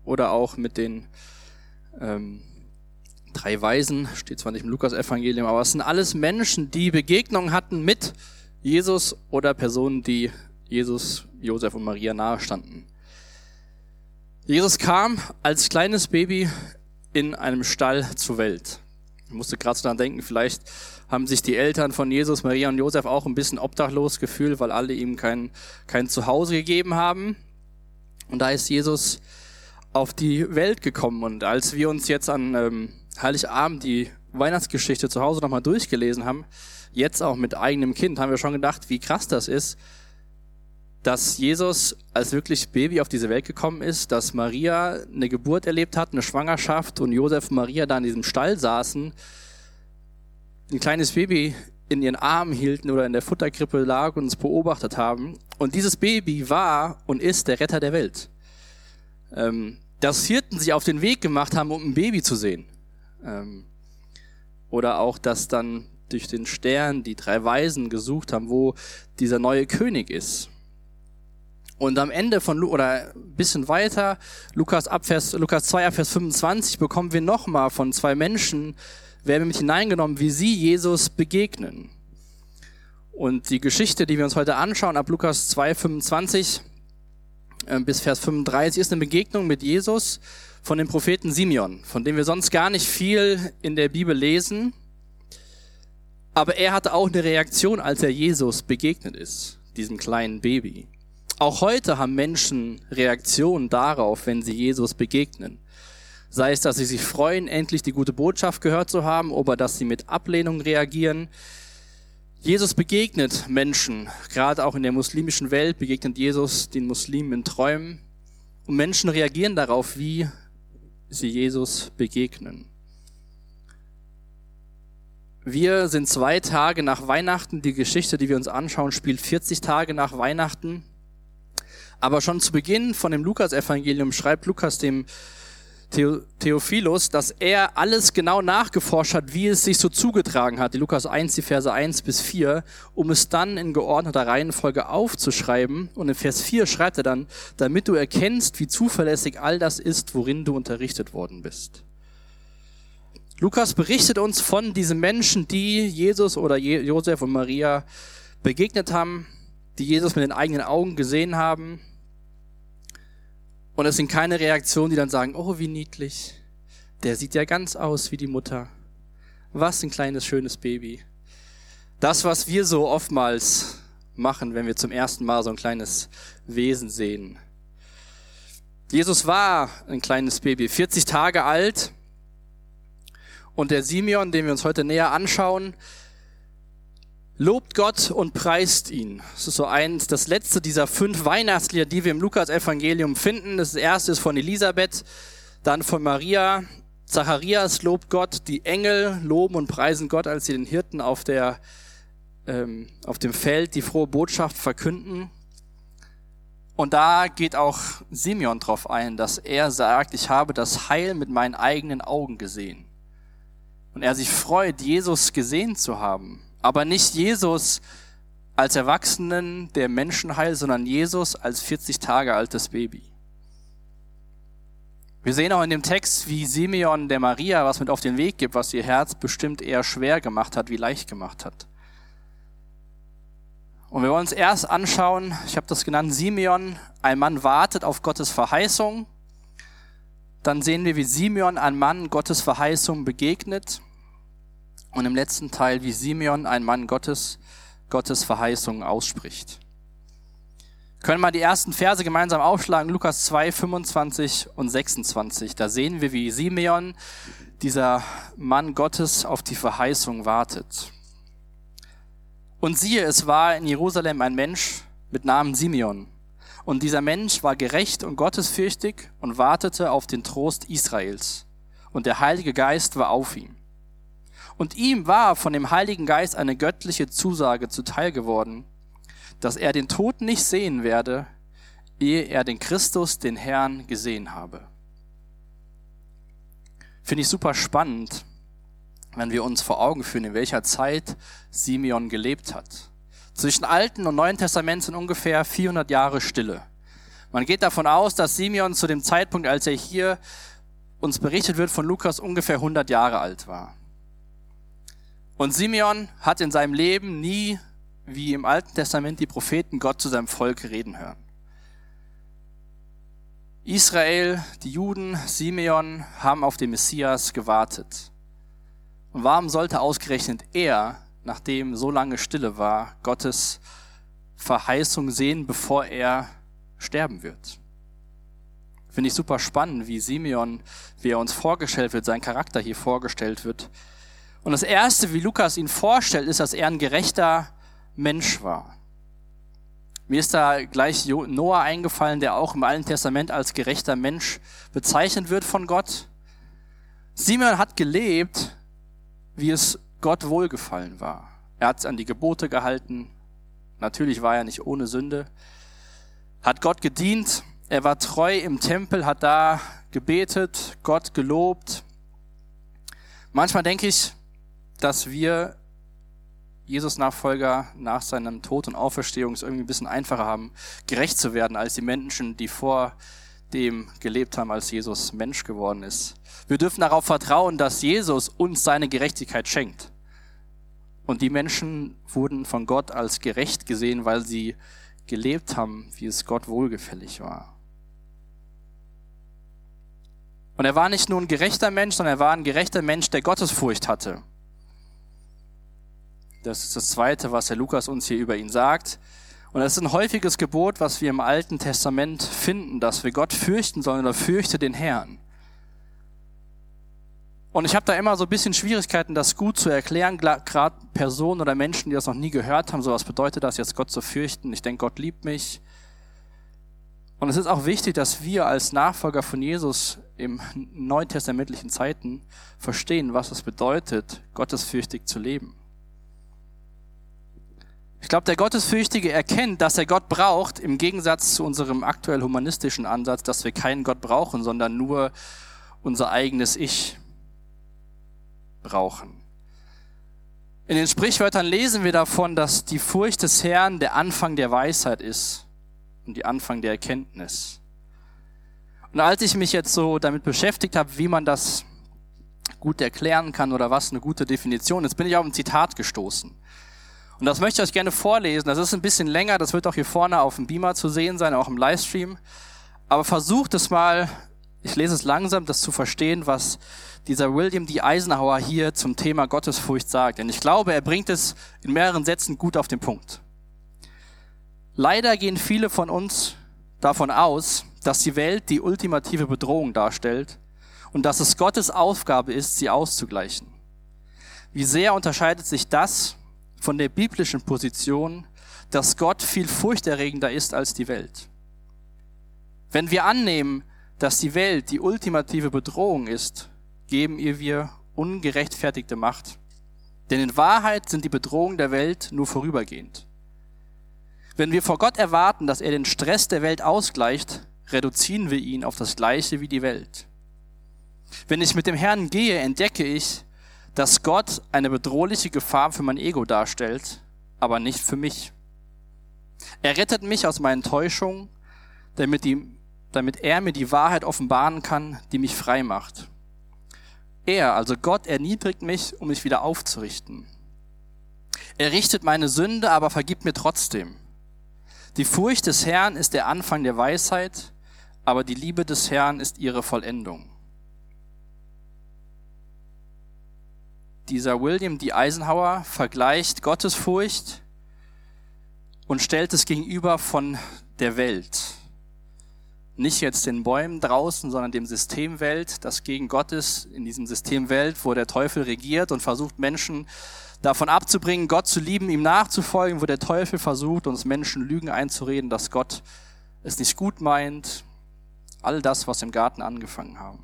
oder auch mit den 3 Weisen, steht zwar nicht im Lukas-Evangelium, aber es sind alles Menschen, die Begegnungen hatten mit Jesus oder Personen, die Jesus, Josef und Maria nahestanden. Jesus kam als kleines Baby in einem Stall zur Welt. Ich musste gerade so daran denken, vielleicht haben sich die Eltern von Jesus, Maria und Josef auch ein bisschen obdachlos gefühlt, weil alle ihm kein Zuhause gegeben haben. Und da ist Jesus auf die Welt gekommen. Und als wir uns jetzt an Heiligabend die Weihnachtsgeschichte zu Hause nochmal durchgelesen haben, jetzt auch mit eigenem Kind, haben wir schon gedacht, wie krass das ist, dass Jesus als wirklich Baby auf diese Welt gekommen ist, dass Maria eine Geburt erlebt hat, eine Schwangerschaft und Josef und Maria da in diesem Stall saßen, ein kleines Baby in ihren Armen hielten oder in der Futterkrippe lag und es beobachtet haben. Und dieses Baby war und ist der Retter der Welt. Dass Hirten sich auf den Weg gemacht haben, um ein Baby zu sehen. Oder auch, dass dann durch den Stern die 3 Weisen gesucht haben, wo dieser neue König ist. Und am Ende oder ein bisschen weiter, Lukas 2, Vers 25, bekommen wir nochmal von 2 Menschen, werden wir mit hineingenommen, wie sie Jesus begegnen. Und die Geschichte, die wir uns heute anschauen, ab Lukas 2, 25 bis Vers 35, ist eine Begegnung mit Jesus von dem Propheten Simeon, von dem wir sonst gar nicht viel in der Bibel lesen. Aber er hatte auch eine Reaktion, als er Jesus begegnet ist, diesem kleinen Baby. Auch heute haben Menschen Reaktionen darauf, wenn sie Jesus begegnen. Sei es, dass sie sich freuen, endlich die gute Botschaft gehört zu haben, oder dass sie mit Ablehnung reagieren. Jesus begegnet Menschen, gerade auch in der muslimischen Welt begegnet Jesus den Muslimen in Träumen. Und Menschen reagieren darauf, wie sie Jesus begegnen. Wir sind 2 Tage nach Weihnachten. Die Geschichte, die wir uns anschauen, spielt 40 Tage nach Weihnachten. Aber schon zu Beginn von dem Lukas-Evangelium schreibt Lukas dem Theophilus, dass er alles genau nachgeforscht hat, wie es sich so zugetragen hat, die Lukas 1, die Verse 1 bis 4, um es dann in geordneter Reihenfolge aufzuschreiben. Und in Vers 4 schreibt er dann, damit du erkennst, wie zuverlässig all das ist, worin du unterrichtet worden bist. Lukas berichtet uns von diesen Menschen, die Jesus oder Josef und Maria begegnet haben, die Jesus mit den eigenen Augen gesehen haben. Und es sind keine Reaktionen, die dann sagen, oh, wie niedlich, der sieht ja ganz aus wie die Mutter. Was ein kleines, schönes Baby. Das, was wir so oftmals machen, wenn wir zum ersten Mal so ein kleines Wesen sehen. Jesus war ein kleines Baby, 40 Tage alt. Und der Simeon, den wir uns heute näher anschauen, lobt Gott und preist ihn. Das ist so das letzte dieser 5 Weihnachtslieder, die wir im Lukas-Evangelium finden. Das erste ist von Elisabeth, dann von Maria. Zacharias lobt Gott, die Engel loben und preisen Gott, als sie den Hirten auf dem Feld die frohe Botschaft verkünden. Und da geht auch Simeon drauf ein, dass er sagt, ich habe das Heil mit meinen eigenen Augen gesehen. Und er sich freut, Jesus gesehen zu haben. Aber nicht Jesus als Erwachsenen, der Menschenheil, sondern Jesus als 40 Tage altes Baby. Wir sehen auch in dem Text, wie Simeon der Maria was mit auf den Weg gibt, was ihr Herz bestimmt eher schwer gemacht hat, wie leicht gemacht hat. Und wir wollen uns erst anschauen, ich habe das genannt, Simeon, ein Mann wartet auf Gottes Verheißung. Dann sehen wir, wie Simeon ein Mann Gottes Verheißung begegnet. Und im letzten Teil, wie Simeon, ein Mann Gottes Verheißungen ausspricht. Können wir die ersten Verse gemeinsam aufschlagen, Lukas 2, 25 und 26. Da sehen wir, wie Simeon, dieser Mann Gottes, auf die Verheißung wartet. Und siehe, es war in Jerusalem ein Mensch mit Namen Simeon. Und dieser Mensch war gerecht und gottesfürchtig und wartete auf den Trost Israels. Und der Heilige Geist war auf ihm. Und ihm war von dem Heiligen Geist eine göttliche Zusage zuteil geworden, dass er den Tod nicht sehen werde, ehe er den Christus, den Herrn, gesehen habe. Finde ich super spannend, wenn wir uns vor Augen führen, in welcher Zeit Simeon gelebt hat. Zwischen Alten und Neuen Testament sind ungefähr 400 Jahre Stille. Man geht davon aus, dass Simeon zu dem Zeitpunkt, als er hier uns berichtet wird von Lukas, ungefähr 100 Jahre alt war. Und Simeon hat in seinem Leben nie, wie im Alten Testament die Propheten, Gott zu seinem Volk reden hören. Israel, die Juden, Simeon haben auf den Messias gewartet. Und warum sollte ausgerechnet er, nachdem so lange Stille war, Gottes Verheißung sehen, bevor er sterben wird? Finde ich super spannend, wie Simeon, wie er uns vorgestellt wird, sein Charakter hier vorgestellt wird. Und das Erste, wie Lukas ihn vorstellt, ist, dass er ein gerechter Mensch war. Mir ist da gleich Noah eingefallen, der auch im Alten Testament als gerechter Mensch bezeichnet wird von Gott. Simeon hat gelebt, wie es Gott wohlgefallen war. Er hat an die Gebote gehalten. Natürlich war er nicht ohne Sünde. Hat Gott gedient. Er war treu im Tempel, hat da gebetet, Gott gelobt. Manchmal denke ich, dass wir Jesus-Nachfolger nach seinem Tod und Auferstehung es irgendwie ein bisschen einfacher haben, gerecht zu werden, als die Menschen, die vor dem gelebt haben, als Jesus Mensch geworden ist. Wir dürfen darauf vertrauen, dass Jesus uns seine Gerechtigkeit schenkt. Und die Menschen wurden von Gott als gerecht gesehen, weil sie gelebt haben, wie es Gott wohlgefällig war. Und er war nicht nur ein gerechter Mensch, sondern er war ein gerechter Mensch, der Gottesfurcht hatte. Das ist das Zweite, was der Lukas uns hier über ihn sagt. Und das ist ein häufiges Gebot, was wir im Alten Testament finden, dass wir Gott fürchten sollen oder fürchte den Herrn. Und ich habe da immer so ein bisschen Schwierigkeiten, das gut zu erklären, gerade Personen oder Menschen, die das noch nie gehört haben. So, was bedeutet das jetzt, Gott zu fürchten? Ich denke, Gott liebt mich. Und es ist auch wichtig, dass wir als Nachfolger von Jesus im neutestamentlichen Zeiten verstehen, was es bedeutet, gottesfürchtig zu leben. Ich glaube, der Gottesfürchtige erkennt, dass er Gott braucht, im Gegensatz zu unserem aktuell humanistischen Ansatz, dass wir keinen Gott brauchen, sondern nur unser eigenes Ich brauchen. In den Sprichwörtern lesen wir davon, dass die Furcht des Herrn der Anfang der Weisheit ist und die Anfang der Erkenntnis. Und als ich mich jetzt so damit beschäftigt habe, wie man das gut erklären kann oder was eine gute Definition ist, bin ich auf ein Zitat gestoßen. Und das möchte ich euch gerne vorlesen. Das ist ein bisschen länger, das wird auch hier vorne auf dem Beamer zu sehen sein, auch im Livestream. Aber versucht es mal, ich lese es langsam, das zu verstehen, was dieser William D. Eisenhower hier zum Thema Gottesfurcht sagt. Denn ich glaube, er bringt es in mehreren Sätzen gut auf den Punkt. Leider gehen viele von uns davon aus, dass die Welt die ultimative Bedrohung darstellt und dass es Gottes Aufgabe ist, sie auszugleichen. Wie sehr unterscheidet sich das von der biblischen Position, dass Gott viel furchterregender ist als die Welt? Wenn wir annehmen, dass die Welt die ultimative Bedrohung ist, geben ihr wir ungerechtfertigte Macht. Denn in Wahrheit sind die Bedrohungen der Welt nur vorübergehend. Wenn wir vor Gott erwarten, dass er den Stress der Welt ausgleicht, reduzieren wir ihn auf das Gleiche wie die Welt. Wenn ich mit dem Herrn gehe, entdecke ich, dass Gott eine bedrohliche Gefahr für mein Ego darstellt, aber nicht für mich. Er rettet mich aus meinen Täuschungen, damit er mir die Wahrheit offenbaren kann, die mich frei macht. Er, also Gott, erniedrigt mich, um mich wieder aufzurichten. Er richtet meine Sünde, aber vergibt mir trotzdem. Die Furcht des Herrn ist der Anfang der Weisheit, aber die Liebe des Herrn ist ihre Vollendung. Dieser William D. Eisenhower vergleicht Gottesfurcht und stellt es gegenüber von der Welt. Nicht jetzt den Bäumen draußen, sondern dem System Welt, das gegen Gott ist, in diesem System Welt, wo der Teufel regiert und versucht, Menschen davon abzubringen, Gott zu lieben, ihm nachzufolgen, wo der Teufel versucht, uns Menschen Lügen einzureden, dass Gott es nicht gut meint. All das, was im Garten angefangen haben.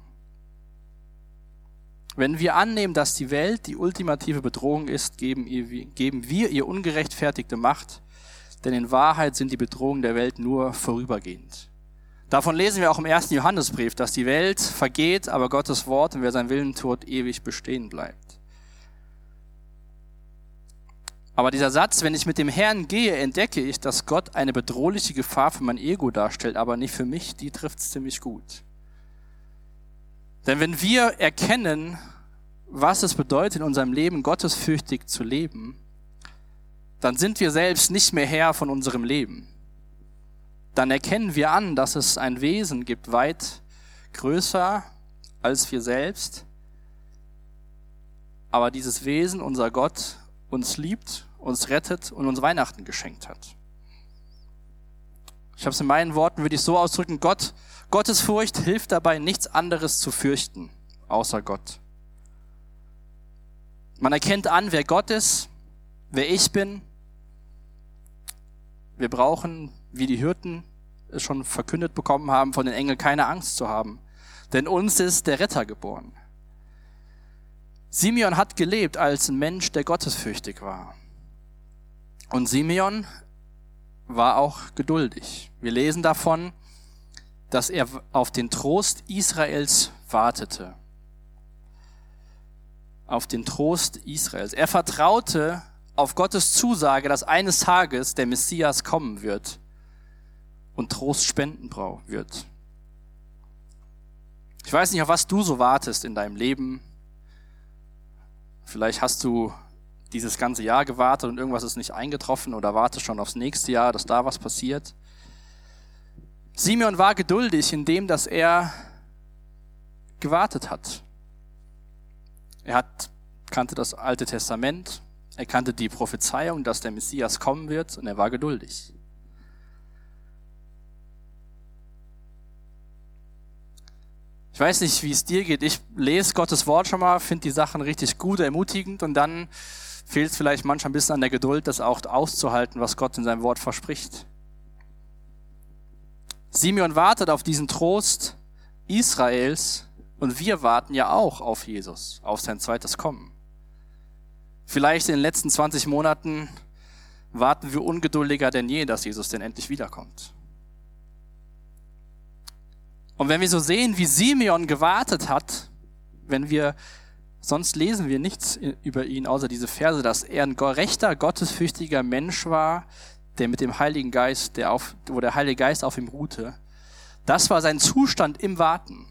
Wenn wir annehmen, dass die Welt die ultimative Bedrohung ist, geben wir ihr ungerechtfertigte Macht, denn in Wahrheit sind die Bedrohungen der Welt nur vorübergehend. Davon lesen wir auch im 1. Johannesbrief, dass die Welt vergeht, aber Gottes Wort, und wer seinen Willen tut, ewig bestehen bleibt. Aber dieser Satz, wenn ich mit dem Herrn gehe, entdecke ich, dass Gott eine bedrohliche Gefahr für mein Ego darstellt, aber nicht für mich, die trifft es ziemlich gut. Denn wenn wir erkennen, was es bedeutet, in unserem Leben gottesfürchtig zu leben, dann sind wir selbst nicht mehr Herr von unserem Leben. Dann erkennen wir an, dass es ein Wesen gibt, weit größer als wir selbst, aber dieses Wesen, unser Gott, uns liebt, uns rettet und uns Weihnachten geschenkt hat. Ich habe es in meinen Worten, würde ich so ausdrücken, Gottesfurcht hilft dabei, nichts anderes zu fürchten, außer Gott. Man erkennt an, wer Gott ist, wer ich bin. Wir brauchen, wie die Hirten es schon verkündet bekommen haben, von den Engeln keine Angst zu haben. Denn uns ist der Retter geboren. Simeon hat gelebt als ein Mensch, der gottesfürchtig war. Und Simeon war auch geduldig. Wir lesen davon, dass er auf den Trost Israels wartete. Auf den Trost Israels. Er vertraute auf Gottes Zusage, dass eines Tages der Messias kommen wird und Trost spenden wird. Ich weiß nicht, auf was du so wartest in deinem Leben. Vielleicht hast du dieses ganze Jahr gewartet und irgendwas ist nicht eingetroffen oder wartest schon aufs nächste Jahr, dass da was passiert. Simeon war geduldig in dem, dass er gewartet hat. Er kannte das Alte Testament, er kannte die Prophezeiung, dass der Messias kommen wird und er war geduldig. Ich weiß nicht, wie es dir geht. Ich lese Gottes Wort schon mal, finde die Sachen richtig gut, ermutigend und dann fehlt es vielleicht manchmal ein bisschen an der Geduld, das auch auszuhalten, was Gott in seinem Wort verspricht. Simeon wartet auf diesen Trost Israels und wir warten ja auch auf Jesus, auf sein zweites Kommen. Vielleicht in den letzten 20 Monaten warten wir ungeduldiger denn je, dass Jesus denn endlich wiederkommt. Und wenn wir so sehen, wie Simeon gewartet hat, sonst lesen wir nichts über ihn, außer diese Verse, dass er ein gerechter, gottesfürchtiger Mensch war, der mit dem Heiligen Geist, wo der Heilige Geist auf ihm ruhte. Das war sein Zustand im Warten.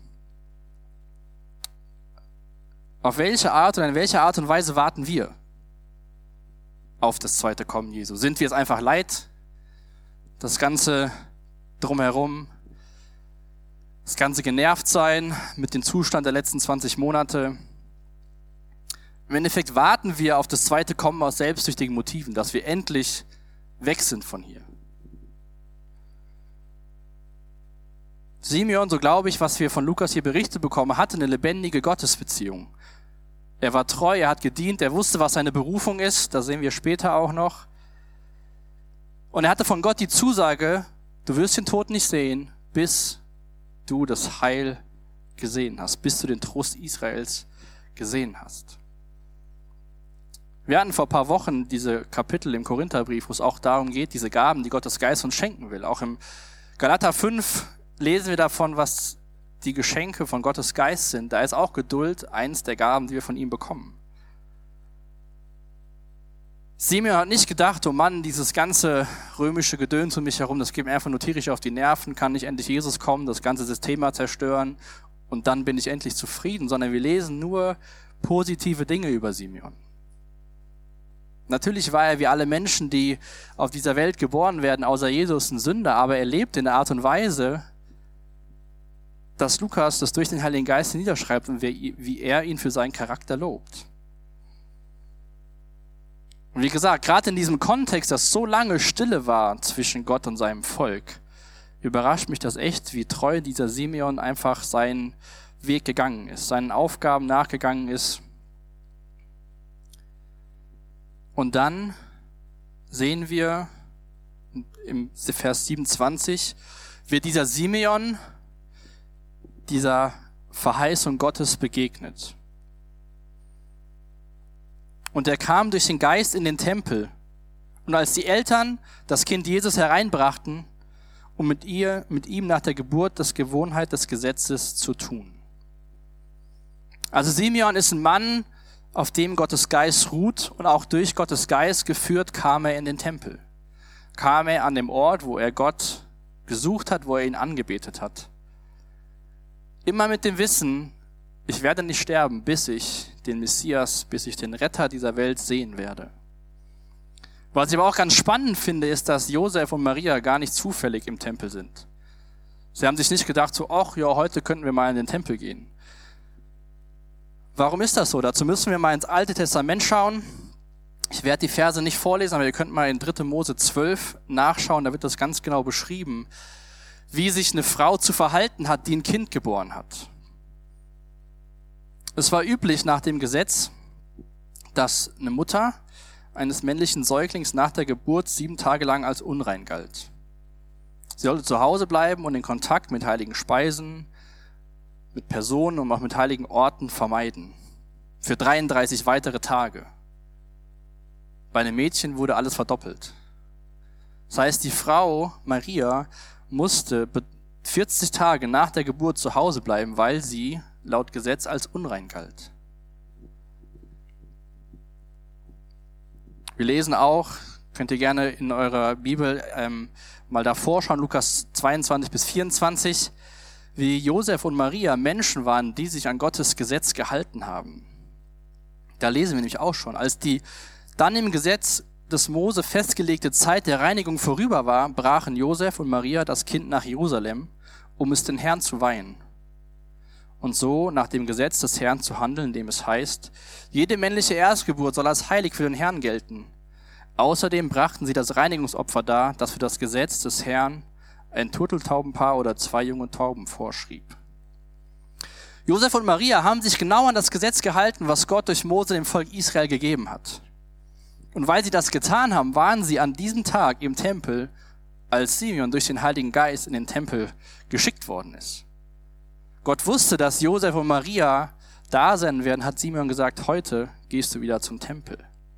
Auf welche Art und in welcher Art und Weise warten wir auf das zweite Kommen Jesu? Sind wir es einfach leid? Das Ganze drumherum? Das ganze Genervtsein mit dem Zustand der letzten 20 Monate. Im Endeffekt warten wir auf das zweite Kommen aus selbstsüchtigen Motiven, dass wir endlich weg sind von hier. Simeon, so glaube ich, was wir von Lukas hier berichtet bekommen, hatte eine lebendige Gottesbeziehung. Er war treu, er hat gedient, er wusste, was seine Berufung ist, das sehen wir später auch noch. Und er hatte von Gott die Zusage, du wirst den Tod nicht sehen, bis du das Heil gesehen hast, bis du den Trost Israels gesehen hast. Wir hatten vor ein paar Wochen diese Kapitel im Korintherbrief, wo es auch darum geht, diese Gaben, die Gottes Geist uns schenken will. Auch im Galater 5 lesen wir davon, was die Geschenke von Gottes Geist sind. Da ist auch Geduld eins der Gaben, die wir von ihm bekommen. Simeon hat nicht gedacht, oh Mann, dieses ganze römische Gedöns um mich herum, das geht mir einfach nur tierisch auf die Nerven, kann nicht endlich Jesus kommen, das ganze System mal zerstören und dann bin ich endlich zufrieden, sondern wir lesen nur positive Dinge über Simeon. Natürlich war er wie alle Menschen, die auf dieser Welt geboren werden, außer Jesus ein Sünder, aber er lebt in der Art und Weise, dass Lukas das durch den Heiligen Geist niederschreibt und wie er ihn für seinen Charakter lobt. Und wie gesagt, gerade in diesem Kontext, dass so lange Stille war zwischen Gott und seinem Volk, überrascht mich das echt, wie treu dieser Simeon einfach seinen Weg gegangen ist, seinen Aufgaben nachgegangen ist. Und dann sehen wir im Vers 27, wird dieser Simeon dieser Verheißung Gottes begegnet. Und er kam durch den Geist in den Tempel. Und als die Eltern das Kind Jesus hereinbrachten, um mit ihm nach der Geburt das Gewohnheit des Gesetzes zu tun. Also Simeon ist ein Mann auf dem Gottes Geist ruht, und auch durch Gottes Geist geführt kam er in den Tempel. Kam er an dem Ort, wo er Gott gesucht hat, wo er ihn angebetet hat. Immer mit dem Wissen, ich werde nicht sterben, bis ich den Messias, bis ich den Retter dieser Welt sehen werde. Was ich aber auch ganz spannend finde, ist, dass Josef und Maria gar nicht zufällig im Tempel sind. Sie haben sich nicht gedacht, so, ach ja, heute könnten wir mal in den Tempel gehen. Warum ist das so? Dazu müssen wir mal ins Alte Testament schauen. Ich werde die Verse nicht vorlesen, aber ihr könnt mal in 3. Mose 12 nachschauen, da wird das ganz genau beschrieben, wie sich eine Frau zu verhalten hat, die ein Kind geboren hat. Es war üblich nach dem Gesetz, dass eine Mutter eines männlichen Säuglings nach der Geburt 7 Tage lang als unrein galt. Sie sollte zu Hause bleiben und den Kontakt mit heiligen Speisen, mit Personen und auch mit heiligen Orten vermeiden. Für 33 weitere Tage. Bei einem Mädchen wurde alles verdoppelt. Das heißt, die Frau Maria musste 40 Tage nach der Geburt zu Hause bleiben, weil sie laut Gesetz als unrein galt. Wir lesen auch, könnt ihr gerne in eurer Bibel mal davor schauen, Lukas 22 bis 24, wie Josef und Maria Menschen waren, die sich an Gottes Gesetz gehalten haben. Da lesen wir nämlich auch schon, als die dann im Gesetz des Mose festgelegte Zeit der Reinigung vorüber war, brachen Josef und Maria das Kind nach Jerusalem, um es den Herrn zu weihen. Und so nach dem Gesetz des Herrn zu handeln, indem es heißt, jede männliche Erstgeburt soll als heilig für den Herrn gelten. Außerdem brachten sie das Reinigungsopfer dar, das für das Gesetz des Herrn ein Turteltaubenpaar oder 2 junge Tauben vorschrieb. Josef und Maria haben sich genau an das Gesetz gehalten, was Gott durch Mose dem Volk Israel gegeben hat. Und weil sie das getan haben, waren sie an diesem Tag im Tempel, als Simeon durch den Heiligen Geist in den Tempel geschickt worden ist. Gott wusste, dass Josef und Maria da sein werden, hat Simeon gesagt, heute gehst du wieder zum Tempel.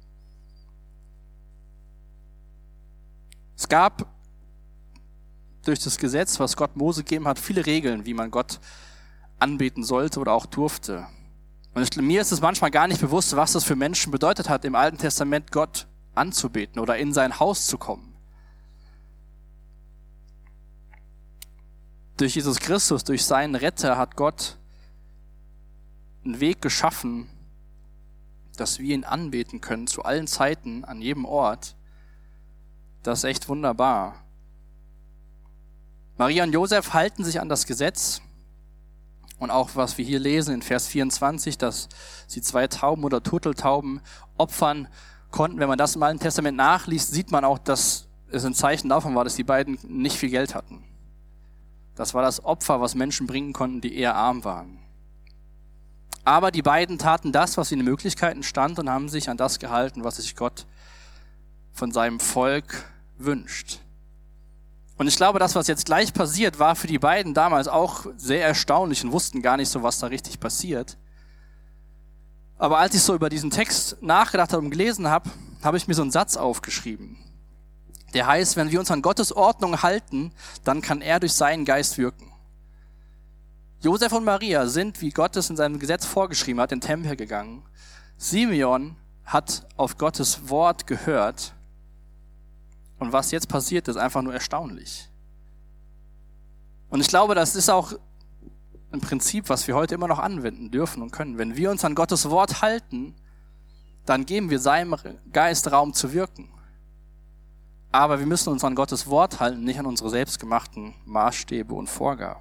Es gab durch das Gesetz, was Gott Mose gegeben hat, viele Regeln, wie man Gott anbeten sollte oder auch durfte. Und mir ist es manchmal gar nicht bewusst, was das für Menschen bedeutet hat, im Alten Testament Gott anzubeten oder in sein Haus zu kommen. Durch Jesus Christus, durch seinen Retter hat Gott einen Weg geschaffen, dass wir ihn anbeten können, zu allen Zeiten, an jedem Ort. Das ist echt wunderbar. Maria und Josef halten sich an das Gesetz. Und auch was wir hier lesen in Vers 24, dass sie 2 Tauben oder Turteltauben opfern konnten. Wenn man das im Alten Testament nachliest, sieht man auch, dass es ein Zeichen davon war, dass die beiden nicht viel Geld hatten. Das war das Opfer, was Menschen bringen konnten, die eher arm waren. Aber die beiden taten das, was ihnen in den Möglichkeiten stand, und haben sich an das gehalten, was sich Gott von seinem Volk wünscht. Und ich glaube, das, was jetzt gleich passiert, war für die beiden damals auch sehr erstaunlich und wussten gar nicht so, was da richtig passiert. Aber als ich so über diesen Text nachgedacht habe und gelesen habe, habe ich mir so einen Satz aufgeschrieben. Der heißt, wenn wir uns an Gottes Ordnung halten, dann kann er durch seinen Geist wirken. Josef und Maria sind, wie Gott es in seinem Gesetz vorgeschrieben hat, in den Tempel gegangen. Simeon hat auf Gottes Wort gehört. Und was jetzt passiert, ist einfach nur erstaunlich. Und ich glaube, das ist auch ein Prinzip, was wir heute immer noch anwenden dürfen und können. Wenn wir uns an Gottes Wort halten, dann geben wir seinem Geist Raum zu wirken. Aber wir müssen uns an Gottes Wort halten, nicht an unsere selbstgemachten Maßstäbe und Vorgaben.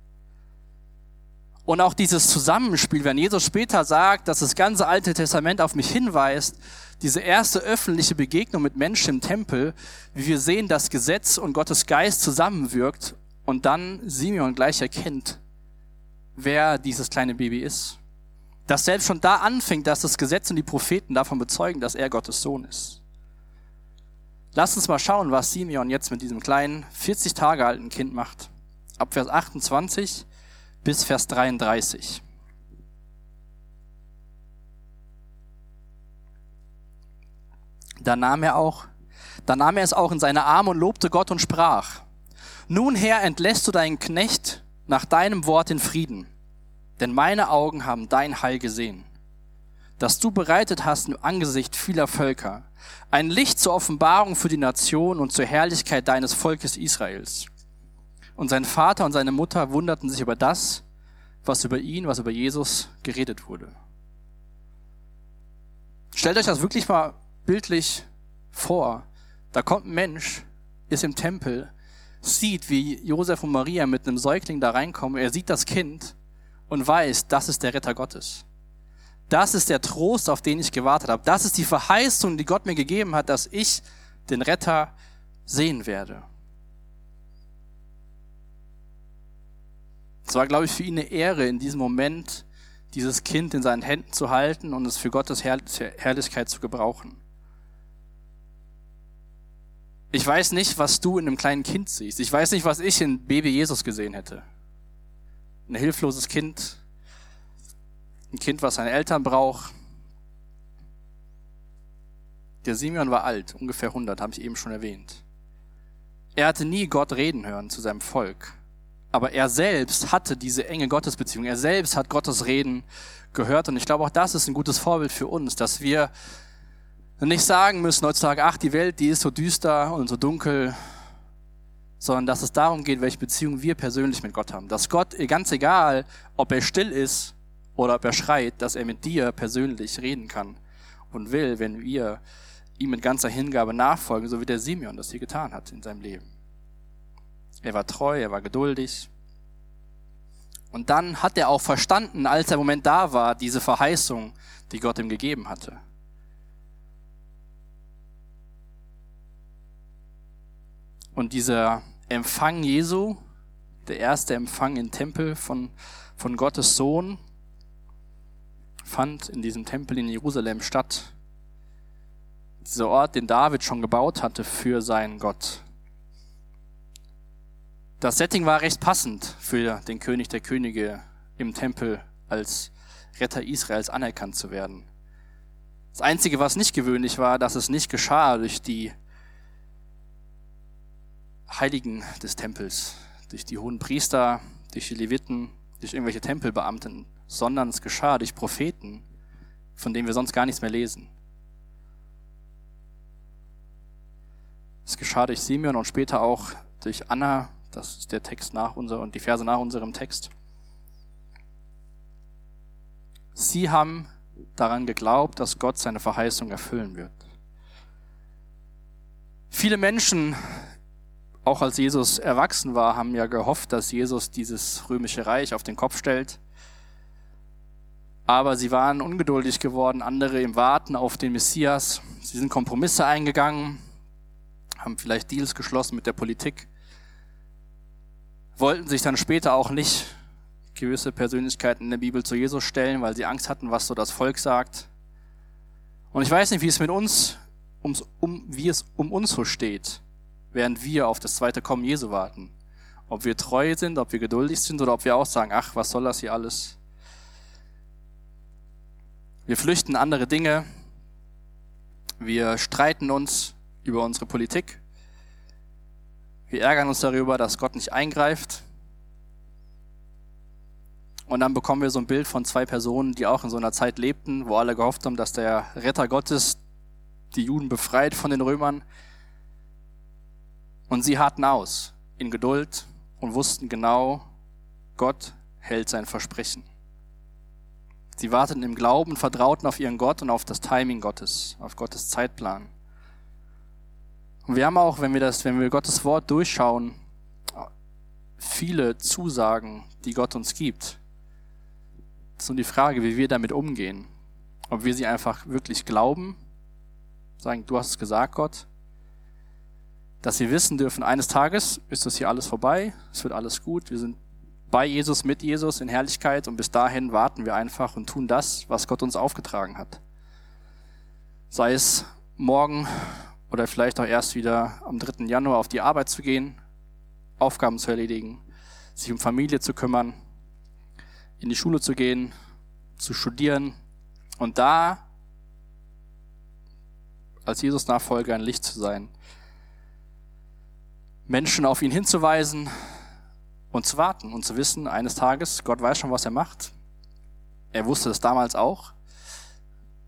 Und auch dieses Zusammenspiel, wenn Jesus später sagt, dass das ganze Alte Testament auf mich hinweist, diese erste öffentliche Begegnung mit Menschen im Tempel, wie wir sehen, dass Gesetz und Gottes Geist zusammenwirkt und dann Simeon gleich erkennt, wer dieses kleine Baby ist. Dass selbst schon da anfängt, dass das Gesetz und die Propheten davon bezeugen, dass er Gottes Sohn ist. Lasst uns mal schauen, was Simeon jetzt mit diesem kleinen, 40 Tage alten Kind macht. Ab Vers 28 bis Vers 33. Da nahm er es auch in seine Arme und lobte Gott und sprach: Nun, Herr, entlässt du deinen Knecht nach deinem Wort in Frieden, denn meine Augen haben dein Heil gesehen. das du bereitet hast im Angesicht vieler Völker, ein Licht zur Offenbarung für die Nation und zur Herrlichkeit deines Volkes Israels. Und sein Vater und seine Mutter wunderten sich über das, was über Jesus geredet wurde. Stellt euch das wirklich mal bildlich vor. Da kommt ein Mensch, ist im Tempel, sieht, wie Josef und Maria mit einem Säugling da reinkommen. Er sieht das Kind und weiß, das ist der Retter Gottes. Das ist der Trost, auf den ich gewartet habe. Das ist die Verheißung, die Gott mir gegeben hat, dass ich den Retter sehen werde. Es war, glaube ich, für ihn eine Ehre, in diesem Moment dieses Kind in seinen Händen zu halten und es für Gottes Herrlichkeit zu gebrauchen. Ich weiß nicht, was du in einem kleinen Kind siehst. Ich weiß nicht, was ich in Baby Jesus gesehen hätte. Ein hilfloses Kind, ein Kind, was seine Eltern braucht. Der Simeon war alt, ungefähr 100, habe ich eben schon erwähnt. Er hatte nie Gott reden hören zu seinem Volk. Aber er selbst hatte diese enge Gottesbeziehung. Er selbst hat Gottes Reden gehört. Und ich glaube, auch das ist ein gutes Vorbild für uns, dass wir nicht sagen müssen heutzutage, ach, die Welt, die ist so düster und so dunkel, sondern dass es darum geht, welche Beziehung wir persönlich mit Gott haben. Dass Gott, ganz egal, ob er still ist oder ob er schreit, dass er mit dir persönlich reden kann und will, wenn wir ihm mit ganzer Hingabe nachfolgen, so wie der Simeon das hier getan hat in seinem Leben. Er war treu, er war geduldig. Und dann hat er auch verstanden, als der Moment da war, diese Verheißung, die Gott ihm gegeben hatte. Und dieser Empfang Jesu, der erste Empfang im Tempel von Gottes Sohn, fand in diesem Tempel in Jerusalem statt. Dieser Ort, den David schon gebaut hatte für seinen Gott. Das Setting war recht passend für den König der Könige im Tempel als Retter Israels anerkannt zu werden. Das Einzige, was nicht gewöhnlich war, dass es nicht geschah durch die Heiligen des Tempels, durch die hohen Priester, durch die Leviten, durch irgendwelche Tempelbeamten, sondern es geschah durch Propheten, von denen wir sonst gar nichts mehr lesen. Es geschah durch Simeon und später auch durch Anna. Das ist der Text und die Verse nach unserem Text. Sie haben daran geglaubt, dass Gott seine Verheißung erfüllen wird. Viele Menschen, auch als Jesus erwachsen war, haben ja gehofft, dass Jesus dieses römische Reich auf den Kopf stellt. Aber sie waren ungeduldig geworden, andere im Warten auf den Messias. Sie sind Kompromisse eingegangen, haben vielleicht Deals geschlossen mit der Politik, wollten sich dann später auch nicht gewisse Persönlichkeiten in der Bibel zu Jesus stellen, weil sie Angst hatten, was so das Volk sagt. Und ich weiß nicht, wie es mit uns, wie es um uns so steht, während wir auf das zweite Kommen Jesu warten. Ob wir treu sind, ob wir geduldig sind oder ob wir auch sagen, ach, was soll das hier alles? Wir flüchten andere Dinge. Wir streiten uns über unsere Politik. Wir ärgern uns darüber, dass Gott nicht eingreift. Und dann bekommen wir so ein Bild von zwei Personen, die auch in so einer Zeit lebten, wo alle gehofft haben, dass der Retter Gottes die Juden befreit von den Römern. Und sie harrten aus in Geduld und wussten genau, Gott hält sein Versprechen. Sie warteten im Glauben, vertrauten auf ihren Gott und auf das Timing Gottes, auf Gottes Zeitplan. Und wir haben auch, wenn wir Gottes Wort durchschauen, viele Zusagen, die Gott uns gibt. Es ist nur die Frage, wie wir damit umgehen. Ob wir sie einfach wirklich glauben, sagen, du hast es gesagt, Gott, dass wir wissen dürfen, eines Tages ist das hier alles vorbei, es wird alles gut, wir sind bei Jesus, mit Jesus in Herrlichkeit und bis dahin warten wir einfach und tun das, was Gott uns aufgetragen hat. Sei es morgen oder vielleicht auch erst wieder am 3. Januar auf die Arbeit zu gehen, Aufgaben zu erledigen, sich um Familie zu kümmern, in die Schule zu gehen, zu studieren und da als Jesus-Nachfolger ein Licht zu sein. Menschen auf ihn hinzuweisen und zu warten und zu wissen, eines Tages, Gott weiß schon, was er macht. Er wusste es damals auch.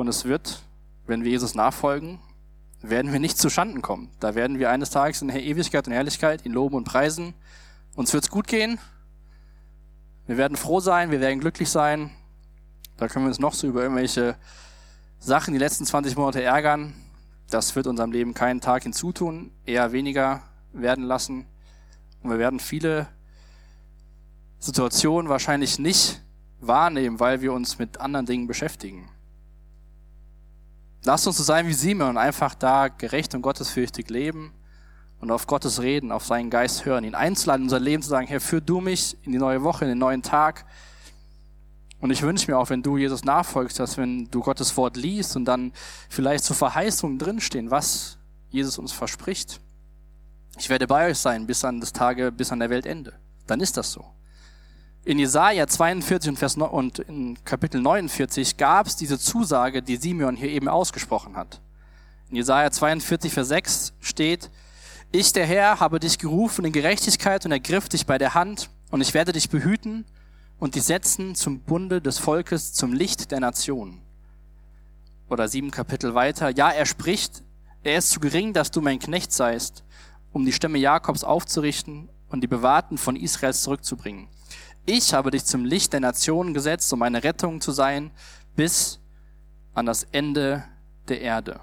Und es wird, wenn wir Jesus nachfolgen, werden wir nicht zu Schanden kommen. Da werden wir eines Tages in Ewigkeit und Herrlichkeit ihn loben und preisen. Uns wird's gut gehen. Wir werden froh sein, wir werden glücklich sein. Da können wir uns noch so über irgendwelche Sachen die letzten 20 Monate ärgern. Das wird unserem Leben keinen Tag hinzutun, eher weniger werden lassen. Und wir werden viele Situationen wahrscheinlich nicht wahrnehmen, weil wir uns mit anderen Dingen beschäftigen. Lasst uns so sein wie Simeon und einfach da gerecht und gottesfürchtig leben und auf Gottes Reden, auf seinen Geist hören, ihn einzuladen, in unser Leben zu sagen, Herr, führ du mich in die neue Woche, in den neuen Tag. Und ich wünsche mir auch, wenn du Jesus nachfolgst, dass wenn du Gottes Wort liest und dann vielleicht so Verheißungen drinstehen, was Jesus uns verspricht. Ich werde bei euch sein bis an der Weltende. Dann ist das so. In Jesaja 42 und in Kapitel 49 gab es diese Zusage, die Simeon hier eben ausgesprochen hat. In Jesaja 42, Vers 6 steht, ich, der Herr, habe dich gerufen in Gerechtigkeit und ergriff dich bei der Hand und ich werde dich behüten und dich setzen zum Bunde des Volkes, zum Licht der Nationen. Oder 7 Kapitel weiter, ja, er spricht, er ist zu gering, dass du mein Knecht seist, um die Stämme Jakobs aufzurichten und die Bewahrten von Israels zurückzubringen. Ich habe dich zum Licht der Nationen gesetzt, um eine Rettung zu sein, bis an das Ende der Erde.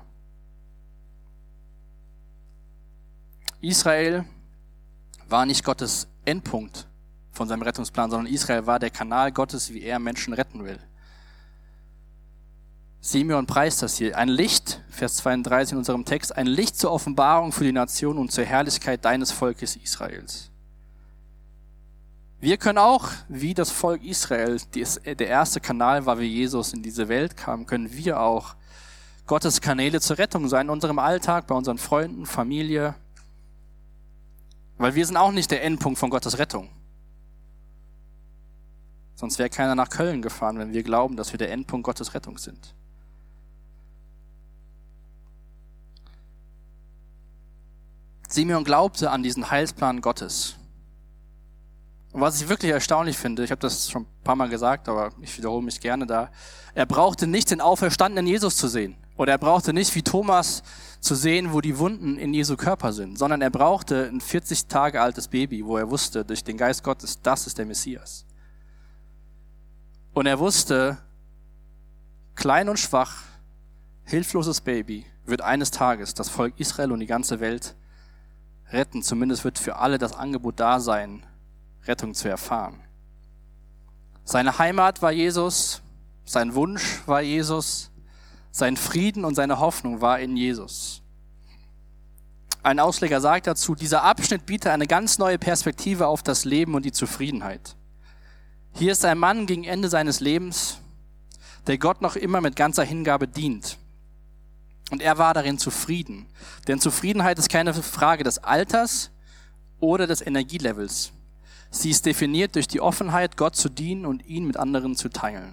Israel war nicht Gottes Endpunkt von seinem Rettungsplan, sondern Israel war der Kanal Gottes, wie er Menschen retten will. Simeon preist das hier. Ein Licht, Vers 32 in unserem Text, ein Licht zur Offenbarung für die Nation und zur Herrlichkeit deines Volkes Israels. Wir können auch, wie das Volk Israel, der erste Kanal war, wie Jesus in diese Welt kam, können wir auch Gottes Kanäle zur Rettung sein in unserem Alltag, bei unseren Freunden, Familie. Weil wir sind auch nicht der Endpunkt von Gottes Rettung. Sonst wäre keiner nach Köln gefahren, wenn wir glauben, dass wir der Endpunkt Gottes Rettung sind. Simeon glaubte an diesen Heilsplan Gottes. Und was ich wirklich erstaunlich finde, ich habe das schon ein paar Mal gesagt, aber ich wiederhole mich gerne da, er brauchte nicht den auferstandenen Jesus zu sehen. Oder er brauchte nicht wie Thomas zu sehen, wo die Wunden in Jesu Körper sind, sondern er brauchte ein 40 Tage altes Baby, wo er wusste, durch den Geist Gottes, das ist der Messias. Und er wusste, klein und schwach, hilfloses Baby wird eines Tages das Volk Israel und die ganze Welt retten. Zumindest wird für alle das Angebot da sein, Rettung zu erfahren. Seine Heimat war Jesus, sein Wunsch war Jesus, sein Frieden und seine Hoffnung war in Jesus. Ein Ausleger sagt dazu, dieser Abschnitt bietet eine ganz neue Perspektive auf das Leben und die Zufriedenheit. Hier ist ein Mann gegen Ende seines Lebens, der Gott noch immer mit ganzer Hingabe dient. Und er war darin zufrieden. Denn Zufriedenheit ist keine Frage des Alters oder des Energielevels. Sie ist definiert durch die Offenheit, Gott zu dienen und ihn mit anderen zu teilen.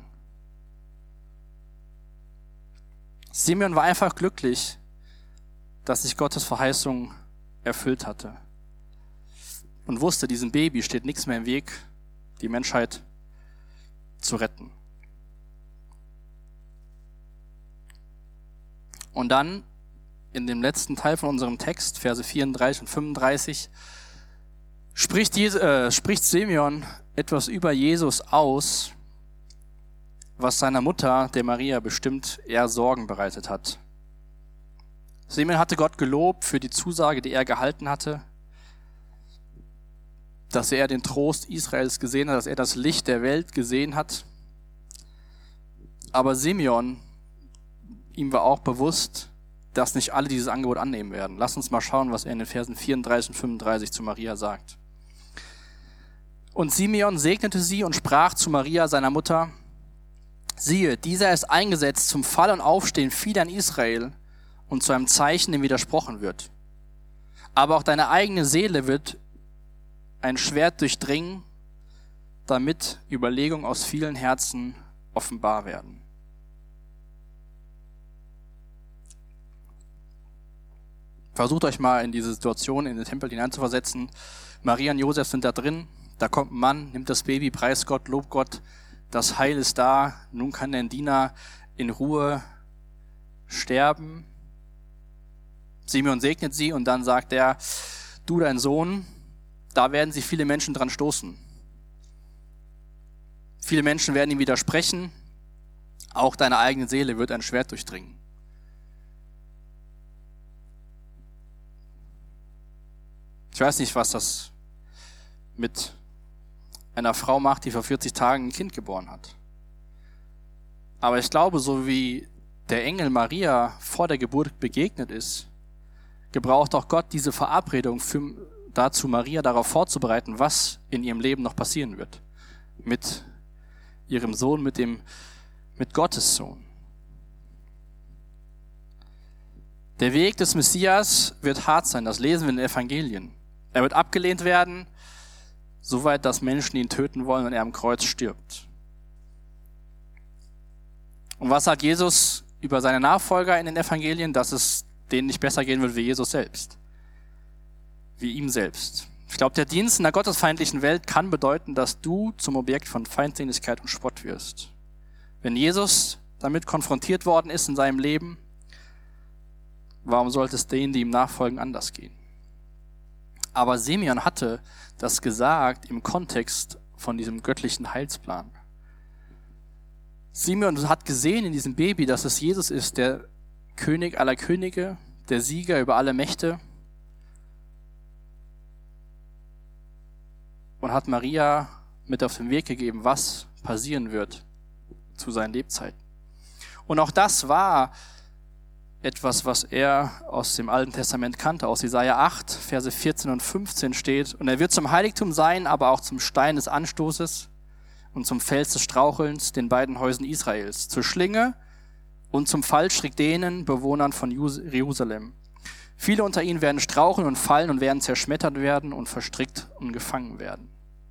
Simeon war einfach glücklich, dass sich Gottes Verheißung erfüllt hatte. Und wusste, diesem Baby steht nichts mehr im Weg, die Menschheit zu retten. Und dann in dem letzten Teil von unserem Text, Verse 34 und 35, spricht Simeon etwas über Jesus aus, was seiner Mutter, der Maria, bestimmt eher Sorgen bereitet hat. Simeon hatte Gott gelobt für die Zusage, die er gehalten hatte, dass er den Trost Israels gesehen hat, dass er das Licht der Welt gesehen hat. Aber Simeon, ihm war auch bewusst, dass nicht alle dieses Angebot annehmen werden. Lass uns mal schauen, was er in den Versen 34 und 35 zu Maria sagt. Und Simeon segnete sie und sprach zu Maria, seiner Mutter, siehe, dieser ist eingesetzt zum Fall und Aufstehen vieler in Israel und zu einem Zeichen, dem widersprochen wird. Aber auch deine eigene Seele wird ein Schwert durchdringen, damit Überlegungen aus vielen Herzen offenbar werden. Versucht euch mal in diese Situation in den Tempel hineinzuversetzen. Maria und Josef sind da drin. Da kommt ein Mann, nimmt das Baby, preist Gott, lobt Gott. Das Heil ist da. Nun kann der Diener in Ruhe sterben. Simeon segnet sie und dann sagt er, du, dein Sohn, da werden sich viele Menschen dran stoßen. Viele Menschen werden ihm widersprechen. Auch deine eigene Seele wird ein Schwert durchdringen. Ich weiß nicht, was das mit einer Frau macht, die vor 40 Tagen ein Kind geboren hat. Aber ich glaube, so wie der Engel Maria vor der Geburt begegnet ist, gebraucht auch Gott diese Verabredung dazu, Maria darauf vorzubereiten, was in ihrem Leben noch passieren wird. Mit ihrem Sohn, mit Gottes Sohn. Der Weg des Messias wird hart sein, das lesen wir in den Evangelien. Er wird abgelehnt werden, soweit, dass Menschen ihn töten wollen und er am Kreuz stirbt. Und was sagt Jesus über seine Nachfolger in den Evangelien? Dass es denen nicht besser gehen wird wie Jesus selbst. Wie ihm selbst. Ich glaube, der Dienst in der gottesfeindlichen Welt kann bedeuten, dass du zum Objekt von Feindseligkeit und Spott wirst. Wenn Jesus damit konfrontiert worden ist in seinem Leben, warum sollte es denen, die ihm nachfolgen, anders gehen? Aber Simeon hatte das gesagt im Kontext von diesem göttlichen Heilsplan. Simeon hat gesehen in diesem Baby, dass es Jesus ist, der König aller Könige, der Sieger über alle Mächte, und hat Maria mit auf den Weg gegeben, was passieren wird zu seinen Lebzeiten. Und auch das war etwas, was er aus dem Alten Testament kannte. Aus Jesaja 8, Verse 14 und 15 steht, und er wird zum Heiligtum sein, aber auch zum Stein des Anstoßes und zum Fels des Strauchelns, den beiden Häusern Israels, zur Schlinge und zum Fallstrick denen Bewohnern von Jerusalem. Viele unter ihnen werden straucheln und fallen und werden zerschmettert werden und verstrickt und gefangen werden.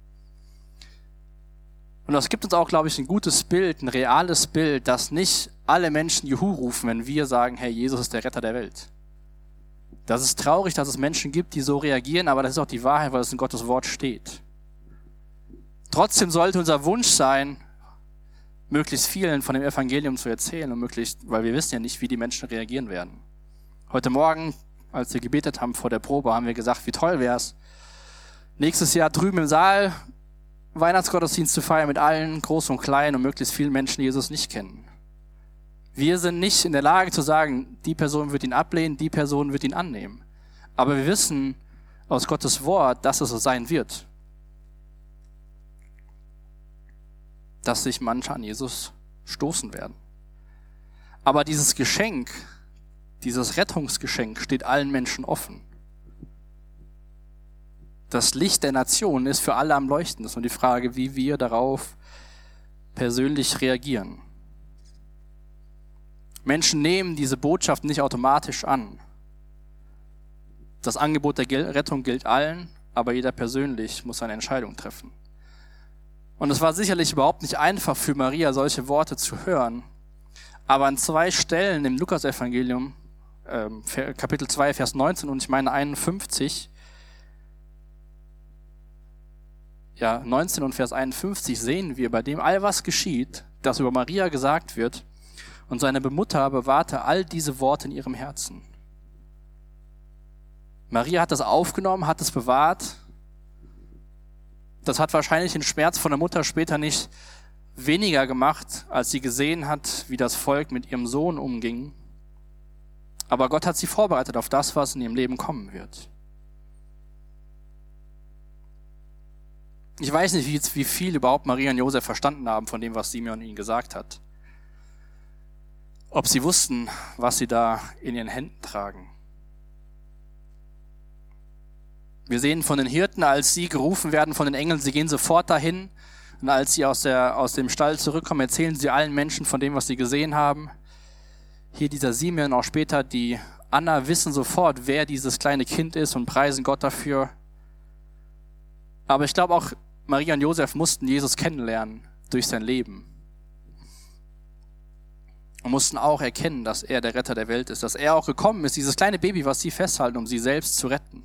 Und das gibt uns auch, glaube ich, ein gutes Bild, ein reales Bild, dass nicht alle Menschen Juhu rufen, wenn wir sagen, hey, Jesus ist der Retter der Welt. Das ist traurig, dass es Menschen gibt, die so reagieren, aber das ist auch die Wahrheit, weil es in Gottes Wort steht. Trotzdem sollte unser Wunsch sein, möglichst vielen von dem Evangelium zu erzählen und weil wir wissen ja nicht, wie die Menschen reagieren werden. Heute Morgen, als wir gebetet haben vor der Probe, haben wir gesagt, wie toll wäre es, nächstes Jahr drüben im Saal Weihnachtsgottesdienst zu feiern mit allen, groß und klein, und möglichst vielen Menschen, die Jesus nicht kennen. Wir sind nicht in der Lage zu sagen, die Person wird ihn ablehnen, die Person wird ihn annehmen. Aber wir wissen aus Gottes Wort, dass es so sein wird. Dass sich manche an Jesus stoßen werden. Aber dieses Geschenk, dieses Rettungsgeschenk steht allen Menschen offen. Das Licht der Nation ist für alle am Leuchten. Das ist nur die Frage, wie wir darauf persönlich reagieren. Menschen nehmen diese Botschaft nicht automatisch an. Das Angebot der Rettung gilt allen, aber jeder persönlich muss eine Entscheidung treffen. Und es war sicherlich überhaupt nicht einfach für Maria, solche Worte zu hören. Aber an 2 Stellen im Lukas-Evangelium, Kapitel 2, Vers 19 und ich meine 51, 19 und Vers 51 sehen wir, bei dem all was geschieht, das über Maria gesagt wird, und seine Mutter bewahrte all diese Worte in ihrem Herzen. Maria hat das aufgenommen, hat es bewahrt. Das hat wahrscheinlich den Schmerz von der Mutter später nicht weniger gemacht, als sie gesehen hat, wie das Volk mit ihrem Sohn umging. Aber Gott hat sie vorbereitet auf das, was in ihrem Leben kommen wird. Ich weiß nicht, wie viel überhaupt Maria und Josef verstanden haben von dem, was Simeon ihnen gesagt hat. Ob sie wussten, was sie da in ihren Händen tragen. Wir sehen von den Hirten, als sie gerufen werden von den Engeln, sie gehen sofort dahin. Und als sie aus dem Stall zurückkommen, erzählen sie allen Menschen von dem, was sie gesehen haben. Hier dieser Simeon, auch später die Anna, wissen sofort, wer dieses kleine Kind ist und preisen Gott dafür. Aber ich glaube auch, Maria und Josef mussten Jesus kennenlernen durch sein Leben. Und mussten auch erkennen, dass er der Retter der Welt ist, dass er auch gekommen ist, dieses kleine Baby, was sie festhalten, um sie selbst zu retten.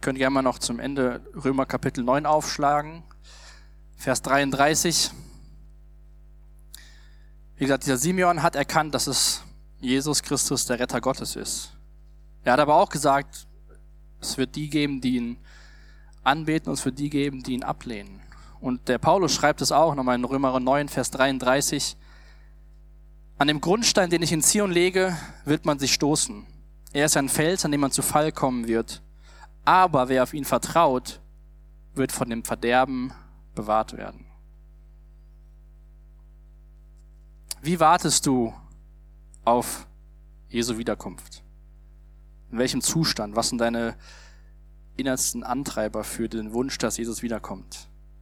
Könnt gerne mal noch zum Ende Römer Kapitel 9 aufschlagen, Vers 33. Wie gesagt, dieser Simeon hat erkannt, dass es Jesus Christus der Retter Gottes ist. Er hat aber auch gesagt, es wird die geben, die ihn anbeten, und es wird die geben, die ihn ablehnen. Und der Paulus schreibt es auch nochmal in Römer 9, Vers 33. An dem Grundstein, den ich in Zion lege, wird man sich stoßen. Er ist ein Fels, an dem man zu Fall kommen wird. Aber wer auf ihn vertraut, wird von dem Verderben bewahrt werden. Wie wartest du auf Jesu Wiederkunft? In welchem Zustand? Was sind deine innersten Antreiber für den Wunsch, dass Jesus wiederkommt?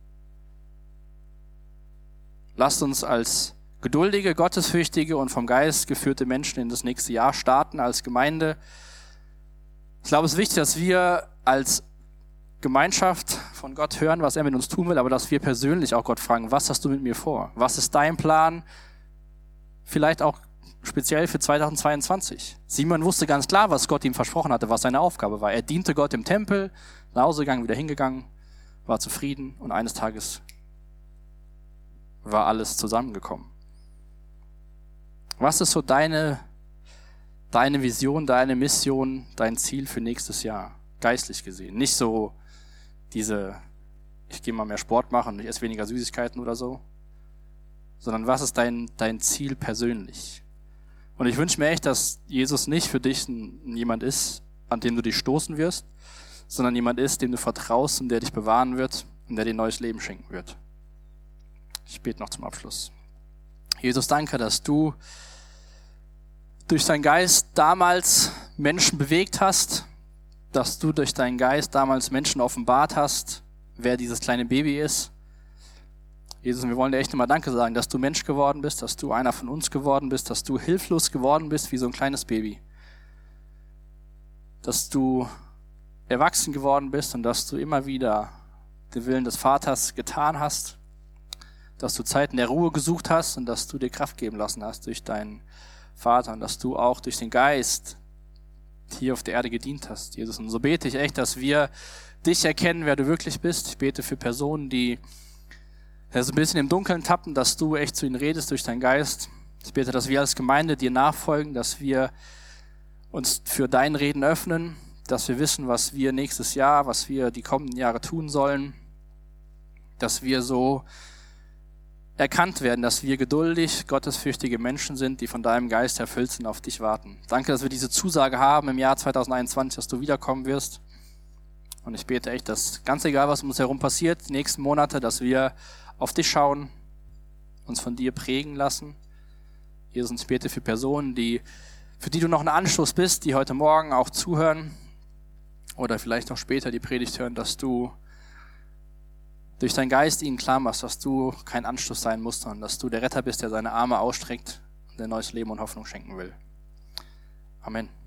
Lasst uns als geduldige, gottesfürchtige und vom Geist geführte Menschen in das nächste Jahr starten als Gemeinde. Ich glaube, es ist wichtig, dass wir als Gemeinschaft von Gott hören, was er mit uns tun will, aber dass wir persönlich auch Gott fragen, was hast du mit mir vor? Was ist dein Plan? Vielleicht auch speziell für 2022. Simon wusste ganz klar, was Gott ihm versprochen hatte, was seine Aufgabe war. Er diente Gott im Tempel, nach Hause gegangen, wieder hingegangen, war zufrieden und eines Tages war alles zusammengekommen. Was ist so deine Vision, deine Mission, dein Ziel für nächstes Jahr, geistlich gesehen? Nicht so ich gehe mal mehr Sport machen und ich esse weniger Süßigkeiten oder so, sondern was ist dein Ziel persönlich? Und ich wünsche mir echt, dass Jesus nicht für dich jemand ist, an dem du dich stoßen wirst, sondern jemand ist, dem du vertraust und der dich bewahren wird und der dir neues Leben schenken wird. Ich bete noch zum Abschluss. Jesus, danke, dass du durch deinen Geist damals Menschen bewegt hast, dass du durch deinen Geist damals Menschen offenbart hast, wer dieses kleine Baby ist. Jesus, wir wollen dir echt nochmal Danke sagen, dass du Mensch geworden bist, dass du einer von uns geworden bist, dass du hilflos geworden bist wie so ein kleines Baby. Dass du erwachsen geworden bist und dass du immer wieder den Willen des Vaters getan hast, dass du Zeiten der Ruhe gesucht hast und dass du dir Kraft geben lassen hast durch deinen Vater und dass du auch durch den Geist hier auf der Erde gedient hast, Jesus. Und so bete ich echt, dass wir dich erkennen, wer du wirklich bist. Ich bete für Personen, die so ein bisschen im Dunkeln tappen, dass du echt zu ihnen redest durch deinen Geist. Ich bete, dass wir als Gemeinde dir nachfolgen, dass wir uns für dein Reden öffnen, dass wir wissen, was wir nächstes Jahr, was wir die kommenden Jahre tun sollen, dass wir so erkannt werden, dass wir geduldig, gottesfürchtige Menschen sind, die von deinem Geist erfüllt sind, auf dich warten. Danke, dass wir diese Zusage haben im Jahr 2021, dass du wiederkommen wirst. Und ich bete echt, dass ganz egal, was um uns herum passiert, die nächsten Monate, dass wir auf dich schauen, uns von dir prägen lassen. Jesus, ich bete für Personen, für die du noch ein Anstoß bist, die heute Morgen auch zuhören oder vielleicht noch später die Predigt hören, dass du durch deinen Geist ihnen klar machst, dass du kein Anstoß sein musst, sondern dass du der Retter bist, der seine Arme ausstreckt und der neues Leben und Hoffnung schenken will. Amen.